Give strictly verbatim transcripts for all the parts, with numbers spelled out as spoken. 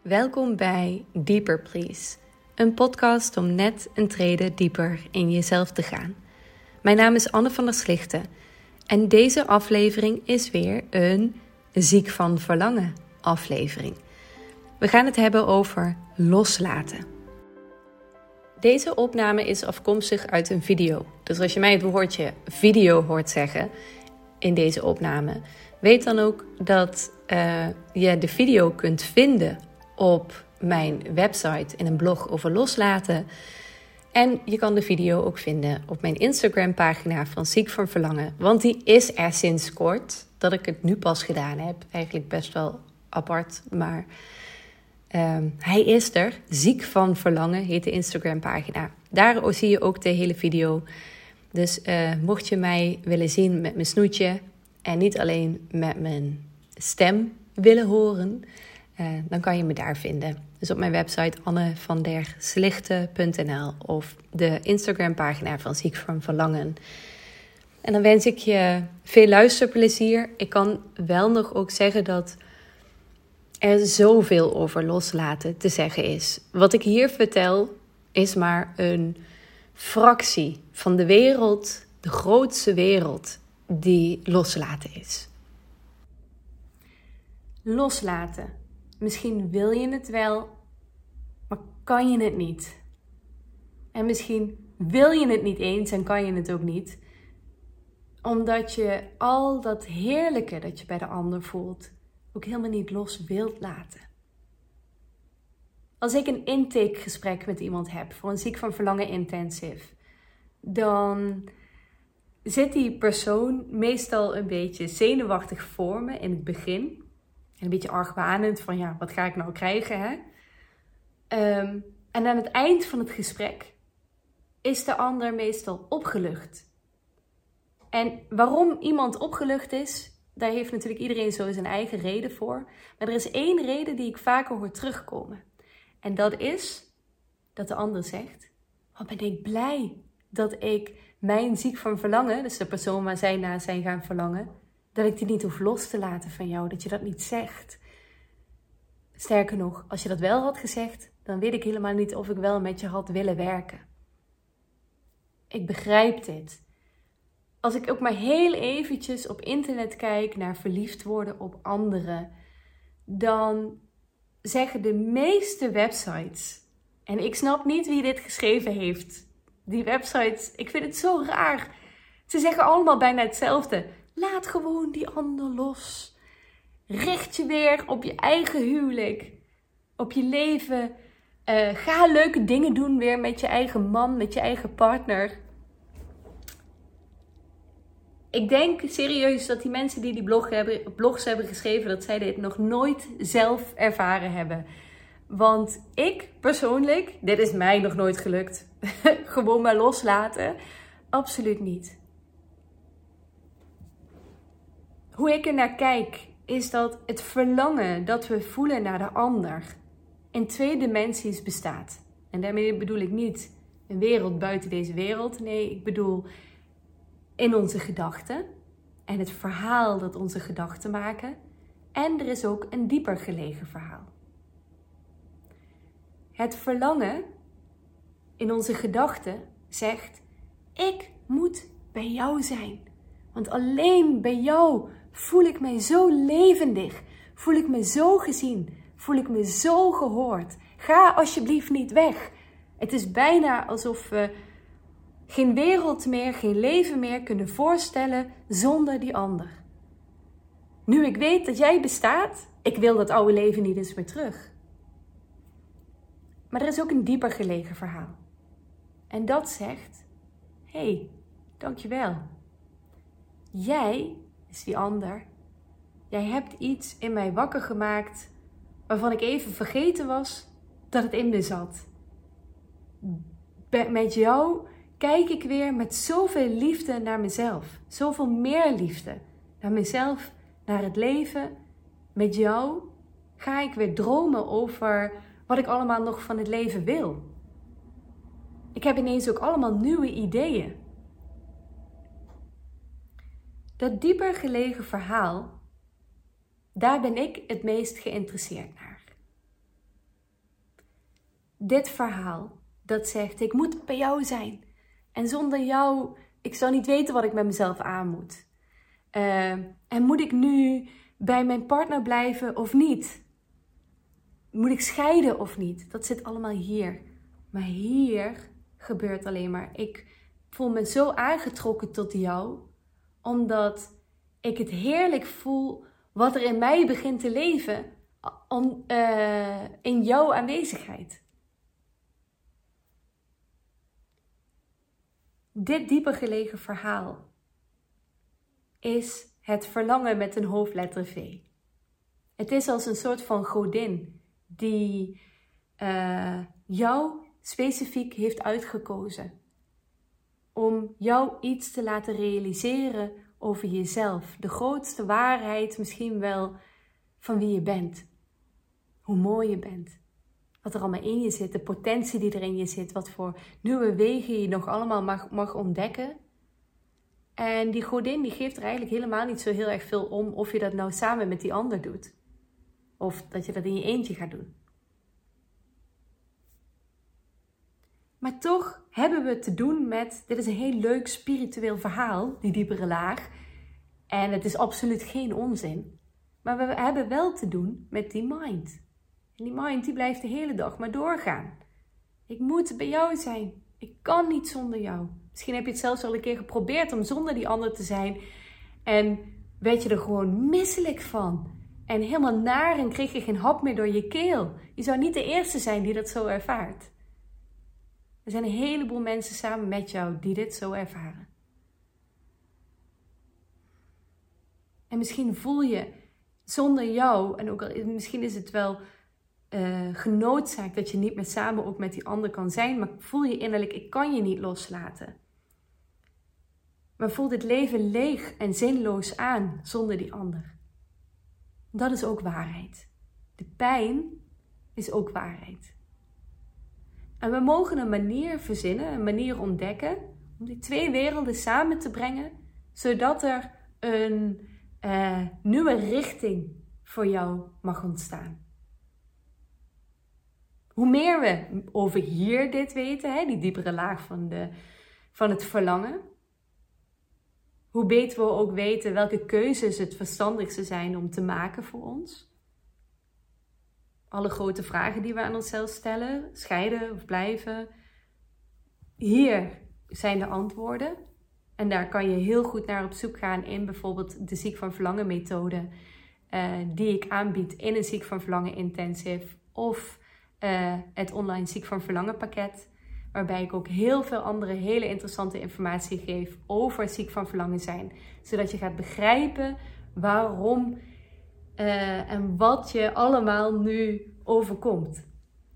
Welkom bij Deeper Please, een podcast om net een trede dieper in jezelf te gaan. Mijn naam is Anne van der Slichten en deze aflevering is weer een Ziek van Verlangen aflevering. We gaan het hebben over loslaten. Deze opname is afkomstig uit een video. Dus als je mij het woordje video hoort zeggen in deze opname, weet dan ook dat uh, je de video kunt vinden op mijn website in een blog over loslaten. En je kan de video ook vinden op mijn Instagram pagina van Ziek van Verlangen. Want die is er sinds kort, dat ik het nu pas gedaan heb. Eigenlijk best wel apart, maar uh, hij is er. Ziek van Verlangen heet de Instagram pagina. Daar zie je ook de hele video. Dus uh, mocht je mij willen zien met mijn snoetje en niet alleen met mijn stem willen horen, Uh, dan kan je me daar vinden. Dus op mijn website anne van der slichten punt n l of de Instagram pagina van Ziek van Verlangen. En dan wens ik je veel luisterplezier. Ik kan wel nog ook zeggen dat er zoveel over loslaten te zeggen is. Wat ik hier vertel is maar een fractie van de wereld, de grootste wereld die loslaten is. Loslaten. Misschien wil je het wel, maar kan je het niet. En misschien wil je het niet eens en kan je het ook niet. Omdat je al dat heerlijke dat je bij de ander voelt, ook helemaal niet los wilt laten. Als ik een intakegesprek met iemand heb voor een Ziek van Verlangen intensive, dan zit die persoon meestal een beetje zenuwachtig voor me in het begin. En een beetje argwanend van ja, wat ga ik nou krijgen, hè? Um, en aan het eind van het gesprek is de ander meestal opgelucht. En waarom iemand opgelucht is, daar heeft natuurlijk iedereen zo zijn eigen reden voor. Maar er is één reden die ik vaker hoor terugkomen. En dat is dat de ander zegt, wat ben ik blij dat ik mijn ziek van verlangen, dus de persoon waar zij naar zijn gaan verlangen, dat ik die niet hoef los te laten van jou, dat je dat niet zegt. Sterker nog, als je dat wel had gezegd, dan weet ik helemaal niet of ik wel met je had willen werken. Ik begrijp dit. Als ik ook maar heel eventjes op internet kijk naar verliefd worden op anderen, dan zeggen de meeste websites, en ik snap niet wie dit geschreven heeft, die websites, ik vind het zo raar. Ze zeggen allemaal bijna hetzelfde. Laat gewoon die ander los. Richt je weer op je eigen huwelijk. Op je leven. Uh, ga leuke dingen doen weer met je eigen man, met je eigen partner. Ik denk serieus dat die mensen die die blog hebben, blogs hebben geschreven, dat zij dit nog nooit zelf ervaren hebben. Want ik persoonlijk, dit is mij nog nooit gelukt. Gewoon maar loslaten. Absoluut niet. Hoe ik er naar kijk, is dat het verlangen dat we voelen naar de ander in twee dimensies bestaat. En daarmee bedoel ik niet een wereld buiten deze wereld. Nee, ik bedoel in onze gedachten en het verhaal dat onze gedachten maken. En er is ook een dieper gelegen verhaal. Het verlangen in onze gedachten zegt, ik moet bij jou zijn. Want alleen bij jou voel ik mij zo levendig. Voel ik me zo gezien. Voel ik me zo gehoord. Ga alsjeblieft niet weg. Het is bijna alsof we geen wereld meer, geen leven meer kunnen voorstellen zonder die ander. Nu ik weet dat jij bestaat, ik wil dat oude leven niet eens meer terug. Maar er is ook een dieper gelegen verhaal. En dat zegt, hé, hey, dankjewel. Jij, is die ander, jij hebt iets in mij wakker gemaakt waarvan ik even vergeten was dat het in me zat. Met jou kijk ik weer met zoveel liefde naar mezelf. Zoveel meer liefde naar mezelf, naar het leven. Met jou ga ik weer dromen over wat ik allemaal nog van het leven wil. Ik heb ineens ook allemaal nieuwe ideeën. Dat dieper gelegen verhaal, daar ben ik het meest geïnteresseerd naar. dit verhaal dat zegt, ik moet bij jou zijn. En zonder jou, ik zou niet weten wat ik met mezelf aan moet. Uh, en moet ik nu bij mijn partner blijven of niet? Moet ik scheiden of niet? Dat zit allemaal hier. Maar hier gebeurt alleen maar, ik voel me zo aangetrokken tot jou, omdat ik het heerlijk voel wat er in mij begint te leven om, uh, in jouw aanwezigheid. Dit dieper gelegen verhaal is het verlangen met een hoofdletter V. Het is als een soort van godin die uh, jou specifiek heeft uitgekozen om jou iets te laten realiseren over jezelf. De grootste waarheid misschien wel van wie je bent. Hoe mooi je bent. Wat er allemaal in je zit. De potentie die er in je zit. Wat voor nieuwe wegen je nog allemaal mag, mag ontdekken. En die godin die geeft er eigenlijk helemaal niet zo heel erg veel om of je dat nou samen met die ander doet. Of dat je dat in je eentje gaat doen. Maar toch hebben we te doen met, dit is een heel leuk spiritueel verhaal, die diepere laag. En het is absoluut geen onzin. Maar we hebben wel te doen met die mind. En die mind die blijft de hele dag maar doorgaan. Ik moet bij jou zijn. Ik kan niet zonder jou. Misschien heb je het zelfs al een keer geprobeerd om zonder die ander te zijn. En werd je er gewoon misselijk van. En helemaal naar en kreeg je geen hap meer door je keel. Je zou niet de eerste zijn die dat zo ervaart. Er zijn een heleboel mensen samen met jou die dit zo ervaren. En misschien voel je zonder jou, en ook al misschien is het wel uh, genoodzaakt dat je niet meer samen ook met die ander kan zijn, maar voel je innerlijk, ik kan je niet loslaten. Maar voel dit leven leeg en zinloos aan zonder die ander. Dat is ook waarheid. De pijn is ook waarheid. En we mogen een manier verzinnen, een manier ontdekken om die twee werelden samen te brengen, zodat er een uh, nieuwe richting voor jou mag ontstaan. Hoe meer we over hier dit weten, hè, die diepere laag van, de, van het verlangen, hoe beter we ook weten welke keuzes het verstandigste zijn om te maken voor ons. Alle grote vragen die we aan onszelf stellen, scheiden of blijven. Hier zijn de antwoorden. En daar kan je heel goed naar op zoek gaan in bijvoorbeeld de Ziek van Verlangen methode. Uh, die ik aanbied in een Ziek van Verlangen intensive. Of uh, het online Ziek van Verlangen pakket. Waarbij ik ook heel veel andere hele interessante informatie geef over Ziek van Verlangen zijn. Zodat je gaat begrijpen waarom uh, en wat je allemaal nu overkomt.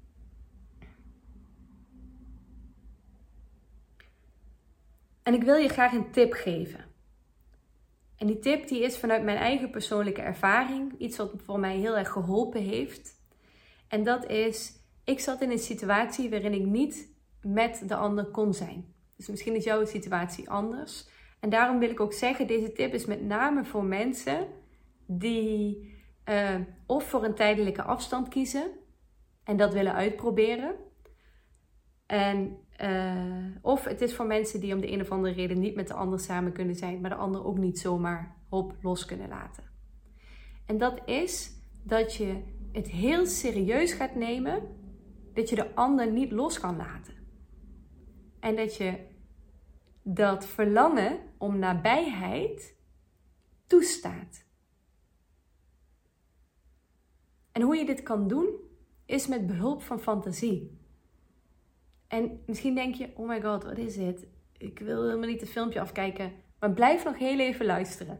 En ik wil je graag een tip geven. En die tip die is vanuit mijn eigen persoonlijke ervaring. Iets wat voor mij heel erg geholpen heeft. En dat is, ik zat in een situatie waarin ik niet met de ander kon zijn. Dus misschien is jouw situatie anders. En daarom wil ik ook zeggen, deze tip is met name voor mensen die uh, of voor een tijdelijke afstand kiezen en dat willen uitproberen. En, uh, of het is voor mensen die om de een of andere reden niet met de ander samen kunnen zijn, maar de ander ook niet zomaar hop los kunnen laten. En dat is dat je het heel serieus gaat nemen dat je de ander niet los kan laten. En dat je dat verlangen om nabijheid toestaat. En hoe je dit kan doen, is met behulp van fantasie. En misschien denk je, oh my god, wat is dit? Ik wil helemaal niet het filmpje afkijken. Maar blijf nog heel even luisteren.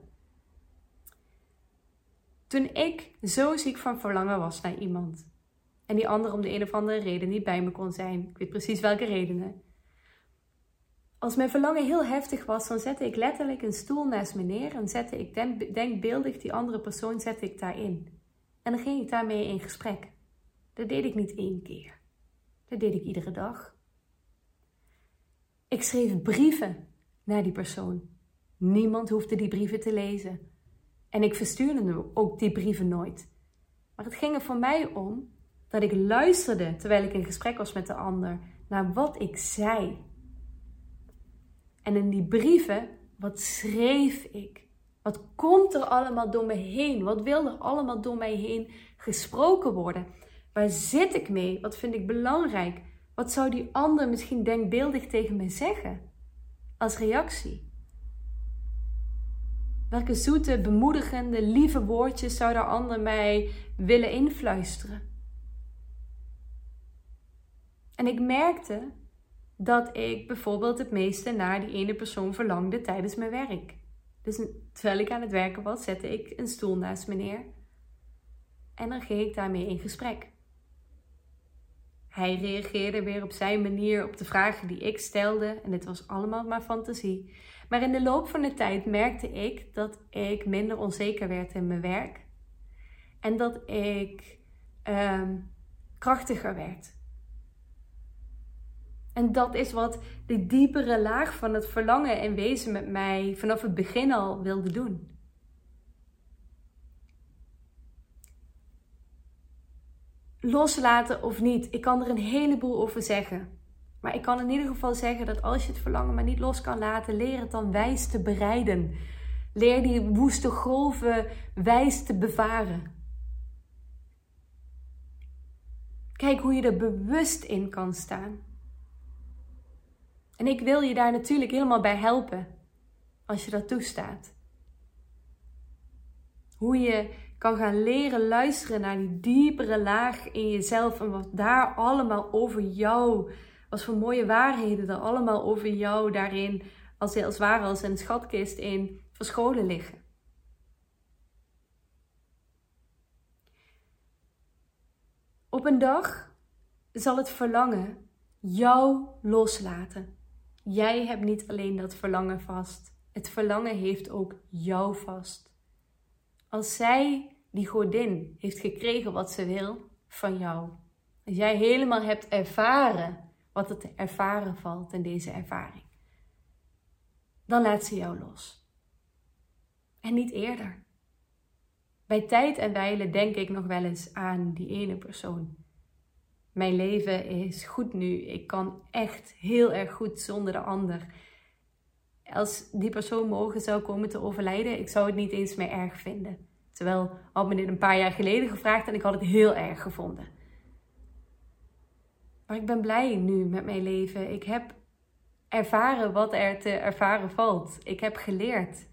Toen ik zo ziek van verlangen was naar iemand. En die ander om de een of andere reden niet bij me kon zijn. Ik weet precies welke redenen. Als mijn verlangen heel heftig was, dan zette ik letterlijk een stoel naast me neer. En zette ik denk, denkbeeldig die andere persoon zette ik daarin. En dan ging ik daarmee in gesprek. Dat deed ik niet één keer. Dat deed ik iedere dag. Ik schreef brieven naar die persoon. Niemand hoefde die brieven te lezen. En ik verstuurde ook die brieven nooit. Maar het ging er voor mij om Dat ik luisterde terwijl ik in gesprek was met de ander naar wat ik zei. En in die brieven, wat schreef ik? Wat komt er allemaal door me heen? Wat wil er allemaal door mij heen gesproken worden? Waar zit ik mee? Wat vind ik belangrijk? Wat zou die ander misschien denkbeeldig tegen me zeggen? Als reactie. Welke zoete, bemoedigende, lieve woordjes zou de ander mij willen influisteren? En ik merkte dat ik bijvoorbeeld het meeste naar die ene persoon verlangde tijdens mijn werk. Dus terwijl ik aan het werken was, zette ik een stoel naast me neer. En dan ging ik daarmee in gesprek. Hij reageerde weer op zijn manier op de vragen die ik stelde. En dit was allemaal maar fantasie. Maar in de loop van de tijd merkte ik dat ik minder onzeker werd in mijn werk. En dat ik um, krachtiger werd. En dat is wat de diepere laag van het verlangen in wezen met mij vanaf het begin al wilde doen. Loslaten of niet, ik kan er een heleboel over zeggen. Maar ik kan in ieder geval zeggen dat als je het verlangen maar niet los kan laten, leer het dan wijs te bereiden. Leer die woeste golven wijs te bevaren. Kijk hoe je er bewust in kan staan. En ik wil je daar natuurlijk helemaal bij helpen, als je dat toestaat. Hoe je kan gaan leren luisteren naar die diepere laag in jezelf en wat daar allemaal over jou, wat voor mooie waarheden er allemaal over jou daarin, als het ware als een schatkist in verscholen liggen. Op een dag zal het verlangen jou loslaten. Jij hebt niet alleen dat verlangen vast. Het verlangen heeft ook jou vast. Als zij, die godin, heeft gekregen wat ze wil van jou. Als jij helemaal hebt ervaren wat er te ervaren valt in deze ervaring. Dan laat ze jou los. En niet eerder. Bij tijd en wijle denk ik nog wel eens aan die ene persoon. Mijn leven is goed nu. Ik kan echt heel erg goed zonder de ander. Als die persoon morgen zou komen te overlijden, ik zou het niet eens meer erg vinden. Terwijl had me dit een paar jaar geleden gevraagd en ik had het heel erg gevonden. Maar ik ben blij nu met mijn leven. Ik heb ervaren wat er te ervaren valt. Ik heb geleerd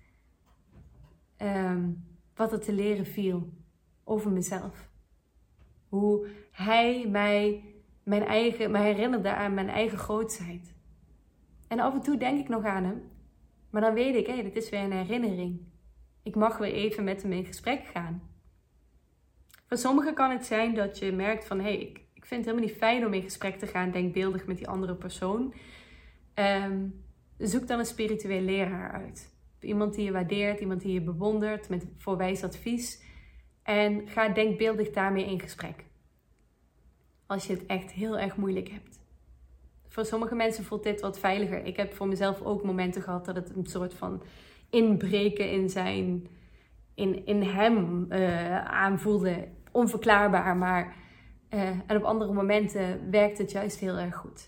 um, wat er te leren viel over mezelf. Hoe hij mij, mijn eigen, mij herinnerde aan mijn eigen grootheid. En af en toe denk ik nog aan hem. Maar dan weet ik, hé, dit is weer een herinnering. Ik mag weer even met hem in gesprek gaan. Voor sommigen kan het zijn dat je merkt van, hé, hey, ik, ik vind het helemaal niet fijn om in gesprek te gaan, denkbeeldig met die andere persoon. Um, zoek dan een spiritueel leraar uit. Iemand die je waardeert, iemand die je bewondert, met voor wijs advies. En ga denkbeeldig daarmee in gesprek. Als je het echt heel erg moeilijk hebt. Voor sommige mensen voelt dit wat veiliger. Ik heb voor mezelf ook momenten gehad dat het een soort van inbreken in zijn, in, in hem uh, aanvoelde. Onverklaarbaar, maar uh, en op andere momenten werkt het juist heel erg goed.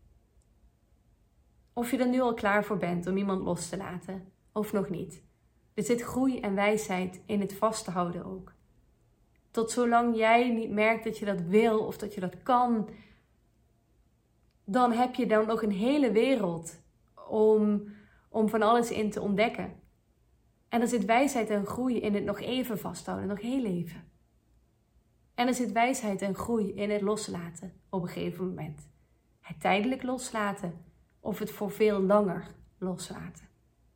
Of je er nu al klaar voor bent om iemand los te laten, of nog niet. Er zit groei en wijsheid in het vast te houden ook. Tot zolang jij niet merkt dat je dat wil of dat je dat kan, dan heb je dan nog een hele wereld om, om van alles in te ontdekken. En er zit wijsheid en groei in het nog even vasthouden, nog heel even. En er zit wijsheid en groei in het loslaten op een gegeven moment. Het tijdelijk loslaten of het voor veel langer loslaten.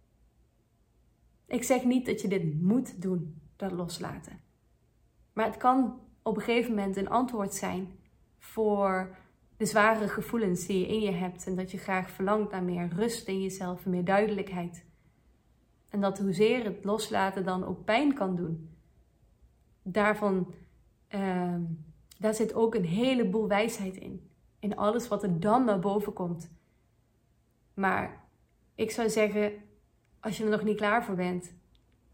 Ik zeg niet dat je dit moet doen, dat loslaten. Maar het kan op een gegeven moment een antwoord zijn voor de zware gevoelens die je in je hebt. En dat je graag verlangt naar meer rust in jezelf en meer duidelijkheid. En dat hoezeer het loslaten dan ook pijn kan doen. Daarvan, uh, daar zit ook een heleboel wijsheid in. In alles wat er dan naar boven komt. Maar ik zou zeggen, als je er nog niet klaar voor bent,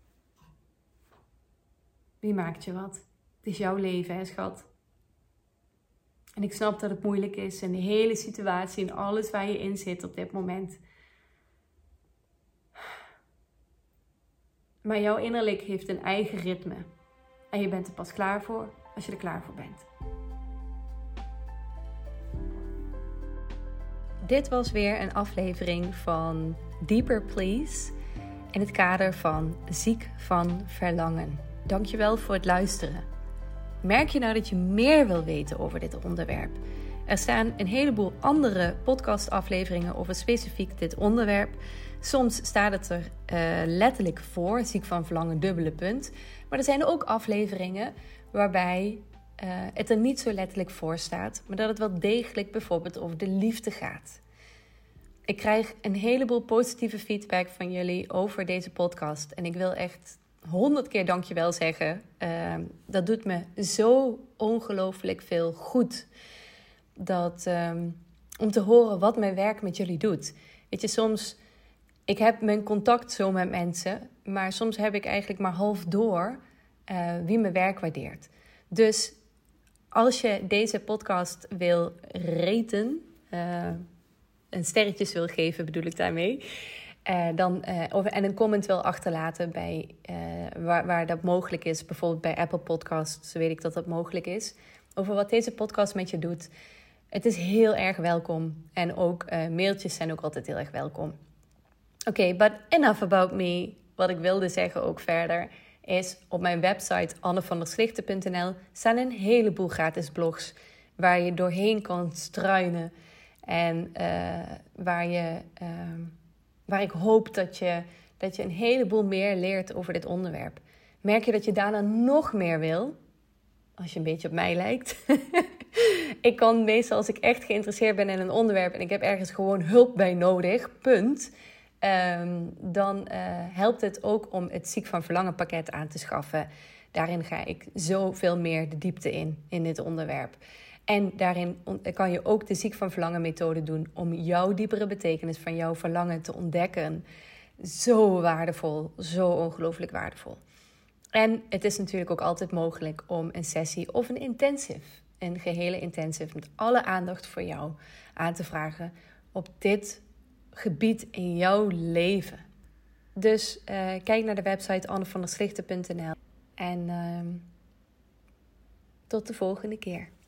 wie maakt je wat? Het is jouw leven, hè, schat. En ik snap dat het moeilijk is in de hele situatie en alles waar je in zit op dit moment. Maar jouw innerlijk heeft een eigen ritme. En je bent er pas klaar voor als je er klaar voor bent. Dit was weer een aflevering van Deeper Please in het kader van Ziek van Verlangen. Dankjewel voor het luisteren. Merk je nou dat je meer wil weten over dit onderwerp? Er staan een heleboel andere podcastafleveringen over specifiek dit onderwerp. Soms staat het er uh, letterlijk voor, ziek van verlangen, dubbele punt. Maar er zijn ook afleveringen waarbij uh, het er niet zo letterlijk voor staat, maar dat het wel degelijk bijvoorbeeld over de liefde gaat. Ik krijg een heleboel positieve feedback van jullie over deze podcast. En ik wil echt honderd keer dankjewel zeggen. Uh, dat doet me zo ongelooflijk veel goed. Dat, um, om te horen wat mijn werk met jullie doet. Weet je, soms... Ik heb mijn contact zo met mensen, maar soms heb ik eigenlijk maar half door uh, wie mijn werk waardeert. Dus als je deze podcast wil raten, uh, een sterretjes wil geven bedoel ik daarmee, uh, dan, uh, of, en een comment wil achterlaten bij, uh, waar, waar dat mogelijk is, bijvoorbeeld bij Apple Podcasts, weet ik dat dat mogelijk is, over wat deze podcast met je doet. Het is heel erg welkom en ook uh, mailtjes zijn ook altijd heel erg welkom. Oké, okay, but enough about me. Wat ik wilde zeggen ook verder is op mijn website anne van der slichten punt n l staan een heleboel gratis blogs waar je doorheen kan struinen en uh, waar, je, uh, waar ik hoop dat je, dat je een heleboel meer leert over dit onderwerp. Merk je dat je daarna nog meer wil? Als je een beetje op mij lijkt. Ik kan meestal, als ik echt geïnteresseerd ben in een onderwerp en ik heb ergens gewoon hulp bij nodig, punt... Um, dan uh, helpt het ook om het Ziek van Verlangen pakket aan te schaffen. Daarin ga ik zoveel meer de diepte in, in dit onderwerp. En daarin kan je ook de Ziek van Verlangen methode doen om jouw diepere betekenis van jouw verlangen te ontdekken. Zo waardevol, zo ongelooflijk waardevol. En het is natuurlijk ook altijd mogelijk om een sessie of een intensive, een gehele intensive met alle aandacht voor jou aan te vragen op dit gebied in jouw leven. Dus uh, kijk naar de website anne van der slichten punt n l en uh, tot de volgende keer.